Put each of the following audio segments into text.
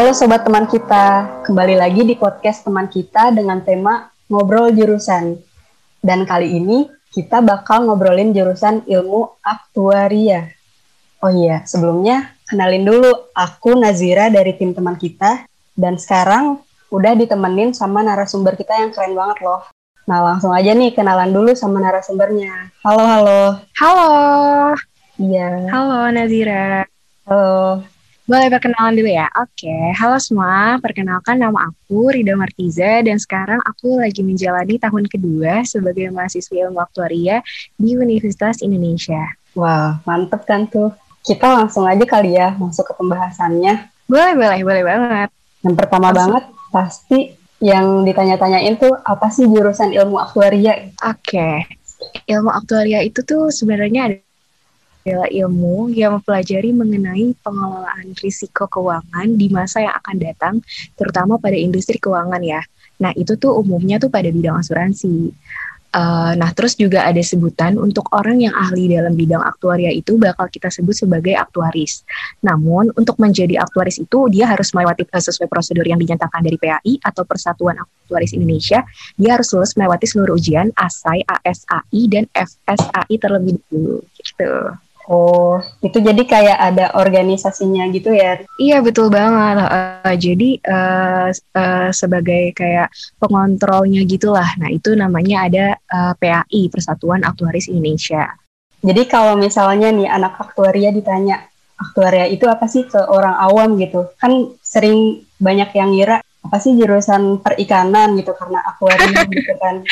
Halo sobat teman kita, kembali lagi di podcast teman kita dengan tema ngobrol jurusan. Dan kali ini kita bakal ngobrolin jurusan ilmu aktuaria. Oh iya, sebelumnya kenalin dulu, aku Nazira dari tim teman kita. Dan sekarang udah ditemenin sama narasumber kita yang keren banget loh. Nah langsung aja nih kenalan dulu sama narasumbernya. Halo. Halo, Iya, halo Nazira. halo. Boleh perkenalan dulu ya? Oke, halo semua. Perkenalkan nama aku Rida Martiza dan sekarang aku lagi menjalani tahun kedua sebagai mahasiswa ilmu aktuaria di Universitas Indonesia. Wah, mantep kan tuh. Kita langsung aja kali ya masuk ke pembahasannya. Boleh banget. Yang pertama banget, pasti yang ditanya-tanyain tuh apa sih jurusan ilmu aktuaria? Oke, ilmu aktuaria itu tuh sebenarnya adalah ilmu yang mempelajari mengenai pengelolaan risiko keuangan di masa yang akan datang, terutama pada industri keuangan ya. Nah, itu tuh umumnya tuh pada bidang asuransi. Nah, terus juga ada sebutan untuk orang yang ahli dalam bidang aktuaria itu bakal kita sebut sebagai aktuaris. Namun, untuk menjadi aktuaris itu dia harus melewati sesuai prosedur yang dinyatakan dari PAI atau Persatuan Aktuaris Indonesia. Dia harus lulus melewati seluruh ujian ASAI, ASAI, dan FSAI terlebih dulu. Gitu. Oh, itu jadi kayak ada organisasinya gitu ya? Iya betul banget. Jadi sebagai kayak pengontrolnya gitulah. Nah itu namanya ada PAI, Persatuan Aktuaris Indonesia. Jadi kalau misalnya nih anak aktuaria ditanya, aktuaria itu apa sih ke orang awam gitu? Kan sering banyak yang ngira, apa sih jurusan perikanan gitu karena akuarium gitu kan?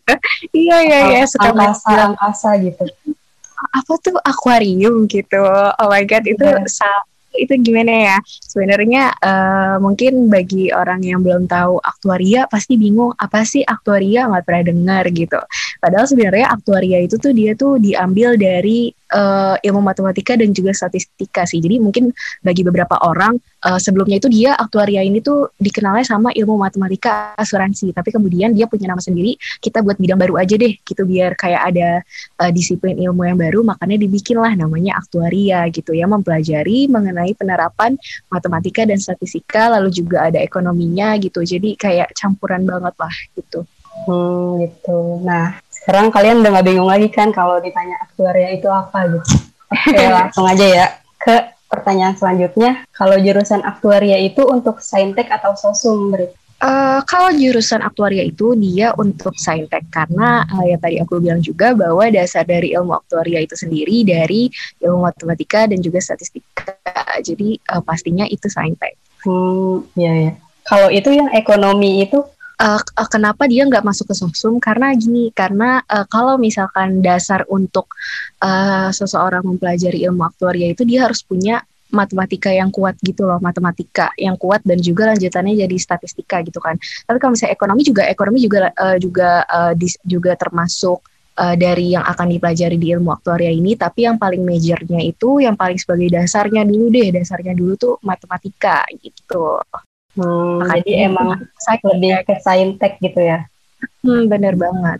Iya. Suka Angkasa gitu. apa tuh akuarium gitu. Oh my god, itu gimana ya? Sebenarnya mungkin bagi orang yang belum tahu aktuaria pasti bingung apa sih aktuaria, nggak pernah dengar gitu. Padahal sebenarnya aktuaria itu tuh dia tuh diambil dari ilmu matematika dan juga statistika sih. Jadi mungkin bagi beberapa orang sebelumnya itu dia aktuaria ini tuh dikenalnya sama ilmu matematika asuransi, tapi kemudian dia punya nama sendiri. Kita buat bidang baru aja deh gitu biar kayak ada disiplin ilmu yang baru, makanya dibikinlah namanya aktuaria gitu ya, mempelajari mengenai penerapan matematika dan statistika, lalu juga ada ekonominya gitu, jadi kayak campuran banget lah gitu. Gitu. Nah, sekarang kalian udah gak bingung lagi kan kalau ditanya aktuaria itu apa gitu. Oke, langsung aja ya ke pertanyaan selanjutnya. Kalau jurusan aktuaria itu untuk saintek atau sosum, Bri? Kalau jurusan aktuaria itu dia untuk saintek karena ya tadi aku bilang juga bahwa dasar dari ilmu aktuaria itu sendiri dari ilmu matematika dan juga statistika. Jadi pastinya itu saintek. Iya. Kalau itu yang ekonomi itu kenapa dia nggak masuk ke sosum? Karena gini, karena kalau misalkan dasar untuk seseorang mempelajari ilmu aktuaria itu dia harus punya matematika yang kuat gitu loh, matematika yang kuat dan juga lanjutannya jadi statistika gitu kan. Tapi kalau misalnya ekonomi juga termasuk dari yang akan dipelajari di ilmu aktuaria ini, tapi yang paling majornya itu, yang paling sebagai dasarnya dulu tuh matematika gitu. Jadi emang lebih ke saintek gitu ya? Bener banget.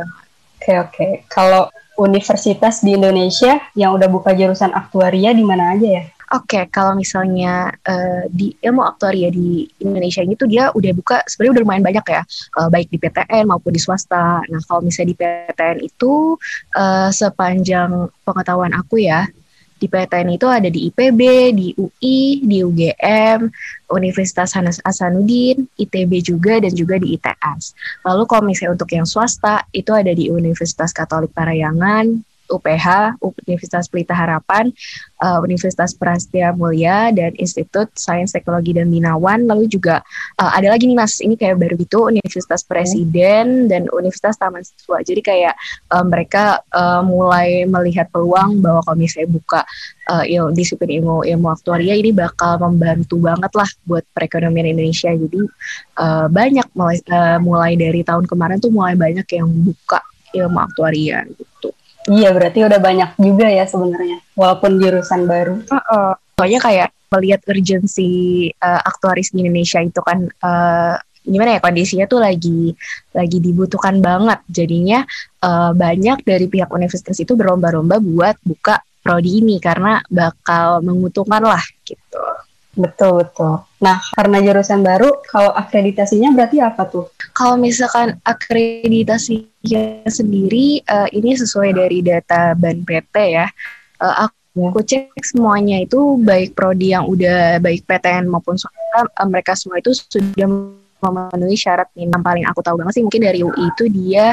Oke. Kalau universitas di Indonesia yang udah buka jurusan aktuaria di mana aja ya? Oke, kalau misalnya di ilmu aktuaria di Indonesia ini tuh dia udah buka, sebenarnya udah lumayan banyak ya, baik di PTN maupun di swasta. Nah, kalau misalnya di PTN itu sepanjang pengetahuan aku ya, di PTN itu ada di IPB, di UI, di UGM, Universitas Hasanuddin, ITB juga, dan juga di ITS. Lalu kalau misalnya untuk yang swasta, itu ada di Universitas Katolik Parayangan, UPH, Universitas Pelita Harapan, Universitas Prasetya Mulia, dan Institut Sains Teknologi dan Binawan. Lalu juga ada lagi nih Mas, ini kayak baru gitu, Universitas Presiden dan Universitas Taman Siswa. Jadi kayak mereka mulai melihat peluang bahwa kalau misalnya buka disiplin ilmu aktuaria ini bakal membantu banget lah buat perekonomian Indonesia. Jadi banyak mulai dari tahun kemarin tuh mulai banyak yang buka ilmu aktuaria gitu. Iya, berarti udah banyak juga ya sebenarnya, walaupun jurusan baru. Soalnya kayak melihat urgensi aktuaris di Indonesia itu kan gimana ya, kondisinya tuh lagi dibutuhkan banget. Jadinya banyak dari pihak universitas itu berlomba-lomba buat buka prodi ini karena bakal menguntungkan lah gitu. Betul. Nah, karena jurusan baru, kalau akreditasinya berarti apa tuh? Kalau misalkan akreditasinya sendiri, ini sesuai dari data Ban PT ya. Aku cek semuanya itu baik prodi yang udah baik PTN maupun swasta, mereka semua itu sudah memenuhi syarat minimum. Paling aku tahu banget sih mungkin dari UI itu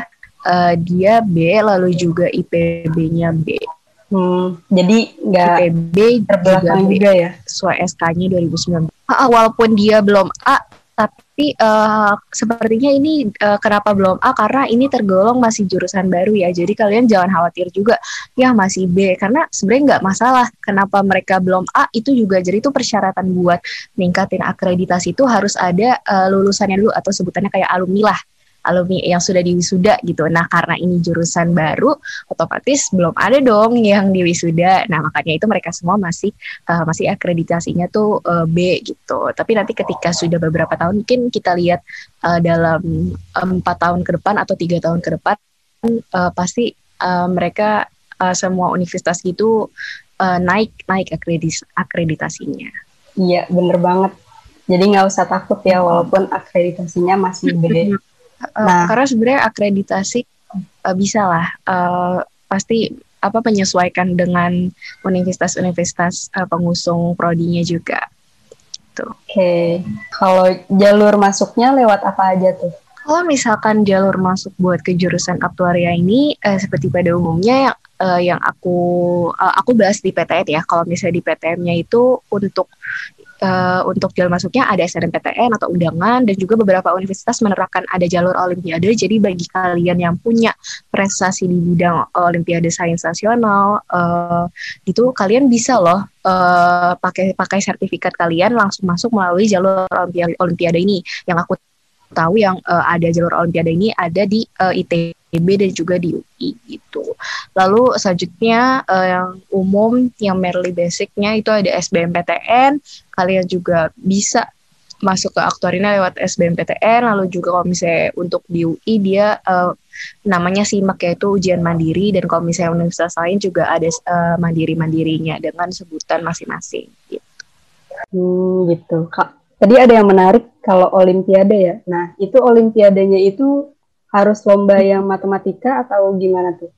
dia B, lalu juga IPB-nya B. Jadi nggak IPB terbelakang juga ya? Sesuai SK-nya 2019. Walaupun dia belum A, tapi sepertinya ini kenapa belum A? Karena ini tergolong masih jurusan baru ya. Jadi kalian jangan khawatir juga, ya masih B. Karena sebenarnya nggak masalah. Kenapa mereka belum A, itu juga jadi itu persyaratan buat ningkatin akreditasi itu harus ada lulusannya dulu atau sebutannya kayak alumni lah. Alumni yang sudah diwisuda gitu. Nah, karena ini jurusan baru, otomatis belum ada dong yang diwisuda. Nah, makanya itu mereka semua masih akreditasinya tuh B gitu. Tapi nanti ketika sudah beberapa tahun, mungkin kita lihat dalam 4 tahun ke depan atau 3 tahun ke depan, pasti mereka semua universitas gitu naik akreditasinya. Iya, bener banget. Jadi nggak usah takut ya, walaupun akreditasinya masih B. Karena sebenarnya akreditasi bisa lah, pasti menyesuaikan dengan universitas-universitas pengusung prodinya juga. Oke. Kalau jalur masuknya lewat apa aja tuh? Kalau misalkan jalur masuk buat ke jurusan aktuaria ini, seperti pada umumnya yang aku bahas di PTN ya. Kalau misalnya di PTN-nya itu untuk jalur masuknya ada SNMPTN atau undangan, dan juga beberapa universitas menerapkan ada jalur olimpiade. Jadi bagi kalian yang punya prestasi di bidang olimpiade sains nasional, itu kalian bisa loh pakai sertifikat kalian langsung masuk melalui jalur olimpiade ini. Yang aku tahu yang ada jalur olimpiade ini ada di ITB dan juga di UI gitu. Lalu selanjutnya yang umum, yang merely basicnya itu ada SBMPTN. Kalian juga bisa masuk ke aktuarinya lewat SBMPTN. Lalu juga kalau misalnya untuk di UI dia namanya SIMAK, yaitu ujian mandiri. Dan kalau misalnya universitas lain juga ada mandiri-mandirinya dengan sebutan masing-masing gitu. Gitu Kak. Tadi ada yang menarik kalau olimpiade ya. Nah, itu olimpiadenya itu harus lomba yang matematika atau gimana tuh?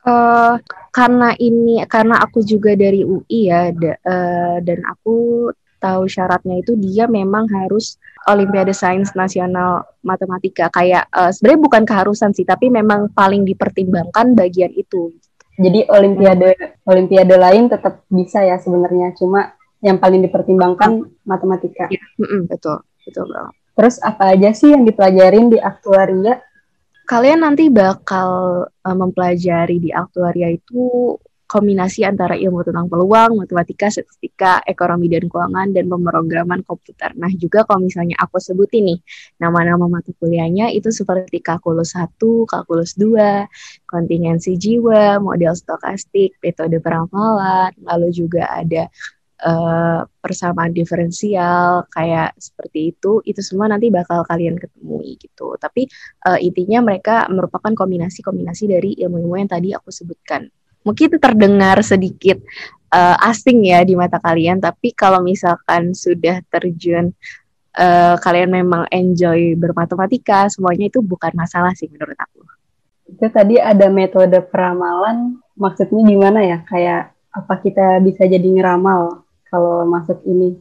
Karena aku juga dari UI ya, dan aku tahu syaratnya itu dia memang harus Olimpiade Sains Nasional Matematika. Kayak sebenarnya bukan keharusan sih, tapi memang paling dipertimbangkan bagian itu. Jadi olimpiade lain tetap bisa ya sebenarnya, cuma yang paling dipertimbangkan matematika. Ya, betul banget. Terus apa aja sih yang dipelajarin di aktuaria? Kalian nanti bakal mempelajari di aktuaria itu kombinasi antara ilmu tentang peluang, matematika, statistika, ekonomi dan keuangan, dan pemrograman komputer. Nah, juga kalau misalnya aku sebutin nih, nama-nama mata kuliahnya itu seperti kalkulus 1, kalkulus 2, kontingensi jiwa, model stokastik, metode peramalan, lalu juga ada persamaan diferensial kayak seperti itu semua nanti bakal kalian ketemui gitu. Tapi intinya mereka merupakan kombinasi dari ilmu-ilmu yang tadi aku sebutkan. Mungkin itu terdengar sedikit asing ya di mata kalian, tapi kalau misalkan sudah terjun, kalian memang enjoy bermatematika, semuanya itu bukan masalah sih menurut aku. Itu tadi ada metode peramalan, maksudnya gimana ya? Kayak apa kita bisa jadi ngeramal kalau masuk ini?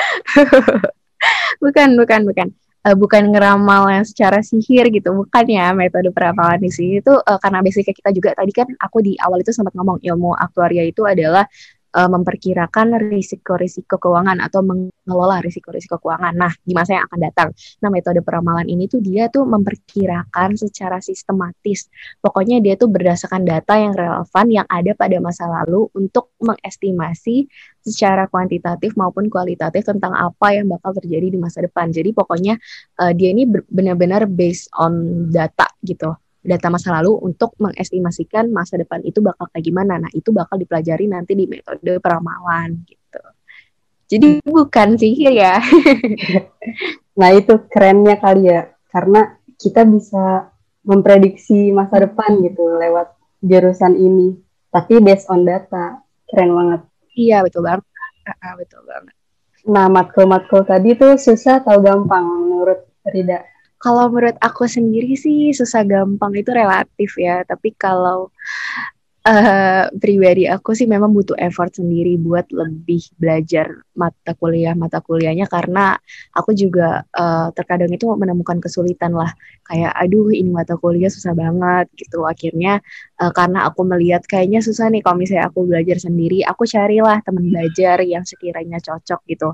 Bukan ngeramal yang secara sihir gitu, bukan ya. Metode peramalan di sini itu karena basicnya kita juga tadi kan aku di awal itu sempat ngomong ilmu aktuaria itu adalah memperkirakan risiko-risiko keuangan atau mengelola risiko-risiko keuangan. Nah, di masa yang akan datang. Nah, metode peramalan ini tuh dia tuh memperkirakan secara sistematis. Pokoknya dia tuh berdasarkan data yang relevan yang ada pada masa lalu untuk mengestimasi secara kuantitatif maupun kualitatif tentang apa yang bakal terjadi di masa depan. Jadi pokoknya dia ini benar-benar based on data gitu. Data masa lalu untuk mengestimasikan masa depan itu bakal kayak gimana. Nah, itu bakal dipelajari nanti di metode peramalan gitu. Jadi bukan sihir ya. Nah, itu kerennya kali ya. Karena kita bisa memprediksi masa depan gitu lewat jurusan ini. Tapi based on data. Keren banget. Iya, betul banget. Betul banget. Nah, matkul-matkul tadi tuh susah atau gampang menurut Rida? Kalau menurut aku sendiri sih susah gampang itu relatif ya. Tapi kalau pribadi aku sih memang butuh effort sendiri buat lebih belajar mata kuliahnya karena aku juga terkadang itu menemukan kesulitan lah kayak aduh ini mata kuliah susah banget gitu akhirnya karena aku melihat kayaknya susah nih kalau misalnya aku belajar sendiri aku carilah teman belajar yang sekiranya cocok gitu.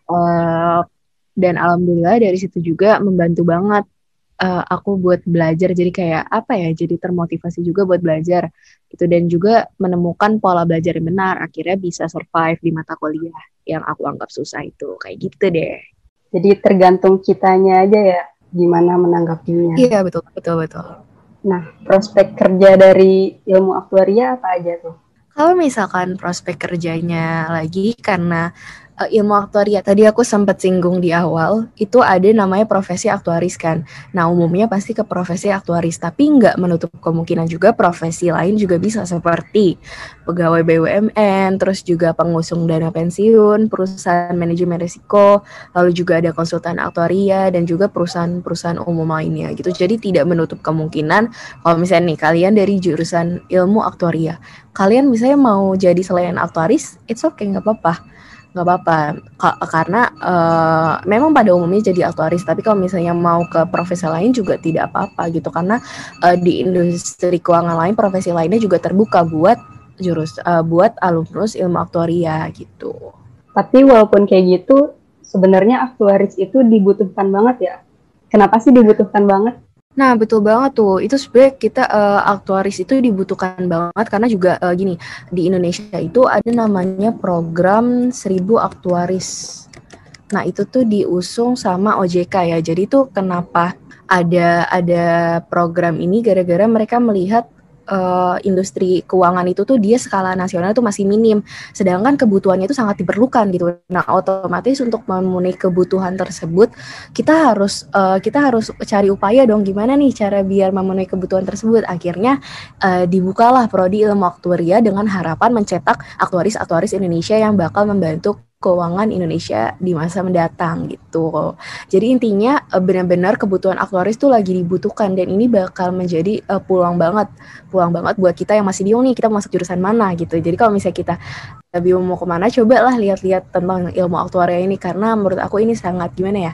Uh, dan alhamdulillah dari situ juga membantu banget aku buat belajar jadi kayak apa ya jadi termotivasi juga buat belajar gitu dan juga menemukan pola belajar yang benar akhirnya bisa survive di mata kuliah yang aku anggap susah itu kayak gitu deh. Jadi tergantung kitanya aja ya, gimana menanggapinya. Iya betul betul betul. Nah, prospek kerja dari ilmu aktuaria apa aja tuh? Kalau misalkan prospek kerjanya lagi karena ilmu aktuaria tadi aku sempat singgung di awal itu ada namanya profesi aktuaris kan. Nah umumnya pasti ke profesi aktuaris tapi nggak menutup kemungkinan juga profesi lain juga bisa seperti pegawai BUMN, terus juga pengusung dana pensiun, perusahaan manajemen risiko, lalu juga ada konsultan aktuaria dan juga perusahaan-perusahaan umum lainnya gitu. Jadi tidak menutup kemungkinan kalau misalnya nih kalian dari jurusan ilmu aktuaria kalian misalnya mau jadi selain aktuaris, it's okay, nggak apa-apa karena memang pada umumnya jadi aktuaris tapi kalau misalnya mau ke profesi lain juga tidak apa-apa gitu karena di industri keuangan lain profesi lainnya juga terbuka buat buat alumnus ilmu aktuaria gitu. Tapi walaupun kayak gitu, sebenarnya aktuaris itu dibutuhkan banget ya. Kenapa sih dibutuhkan banget? Nah, betul banget tuh. Itu sebenarnya kita aktuaris itu dibutuhkan banget karena juga gini, di Indonesia itu ada namanya program 1000 aktuaris. Nah, itu tuh diusung sama OJK ya. Jadi tuh kenapa ada program ini gara-gara mereka melihat industri keuangan itu tuh dia skala nasional tuh masih minim, sedangkan kebutuhannya itu sangat diperlukan gitu. Nah, otomatis untuk memenuhi kebutuhan tersebut kita harus cari upaya dong gimana nih cara biar memenuhi kebutuhan tersebut. Akhirnya dibukalah prodi ilmu aktuaria dengan harapan mencetak aktuaris-aktuaris Indonesia yang bakal membantu keuangan Indonesia di masa mendatang gitu. Jadi intinya benar-benar kebutuhan aktuaris tuh lagi dibutuhkan dan ini bakal menjadi peluang banget buat kita yang masih bingung nih kita masuk jurusan mana gitu. Jadi kalau misalnya kita bingung mau kemana, cobalah lihat-lihat tentang ilmu aktuaria ini karena menurut aku ini sangat gimana ya,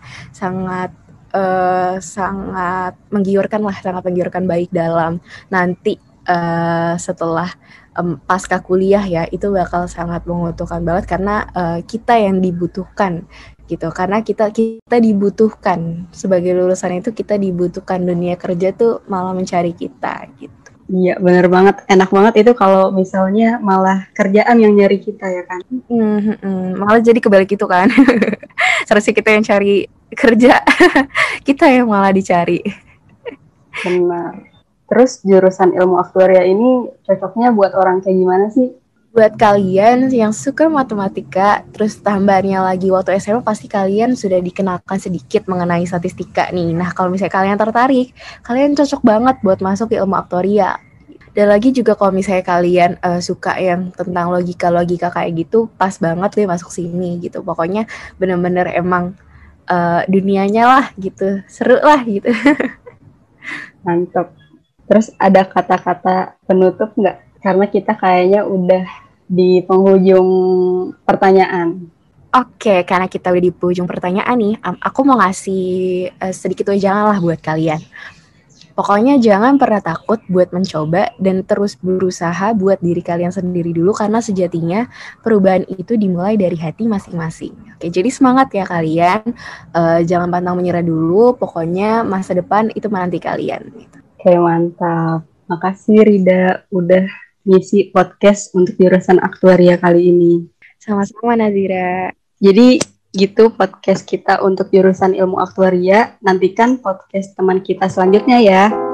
sangat menggiurkan baik dalam nanti setelah pasca kuliah ya itu bakal sangat menguntungkan banget karena kita yang dibutuhkan gitu karena kita dibutuhkan sebagai lulusan itu kita dibutuhkan dunia kerja tuh malah mencari kita gitu. Iya, bener banget. Enak banget itu kalau misalnya malah kerjaan yang nyari kita ya kan. Malah jadi kebalik itu kan. Seharusnya kita yang cari kerja, kita yang malah dicari. Benar. Terus jurusan ilmu aktuaria ini cocoknya buat orang kayak gimana sih? Buat kalian yang suka matematika, terus tambahannya lagi waktu SMA pasti kalian sudah dikenalkan sedikit mengenai statistika nih. Nah, kalau misalnya kalian tertarik, kalian cocok banget buat masuk ke ilmu aktuaria. Dan lagi juga kalau misalnya kalian suka yang tentang logika-logika kayak gitu, pas banget deh masuk sini gitu. Pokoknya bener-bener emang dunianya lah gitu, seru lah gitu. Mantap. Terus ada kata-kata penutup nggak? Karena kita kayaknya udah di penghujung pertanyaan. Oke, karena kita udah di ujung pertanyaan nih, aku mau ngasih sedikit wejangan lah buat kalian. Pokoknya jangan pernah takut buat mencoba dan terus berusaha buat diri kalian sendiri dulu karena sejatinya perubahan itu dimulai dari hati masing-masing. Oke, jadi semangat ya kalian, jangan pantang menyerah dulu, pokoknya masa depan itu menanti kalian. Oke, mantap. Makasih Rida udah ngisi podcast untuk jurusan aktuaria kali ini. Sama-sama Nazira. Jadi gitu podcast kita untuk jurusan ilmu aktuaria. Nantikan podcast teman kita selanjutnya ya.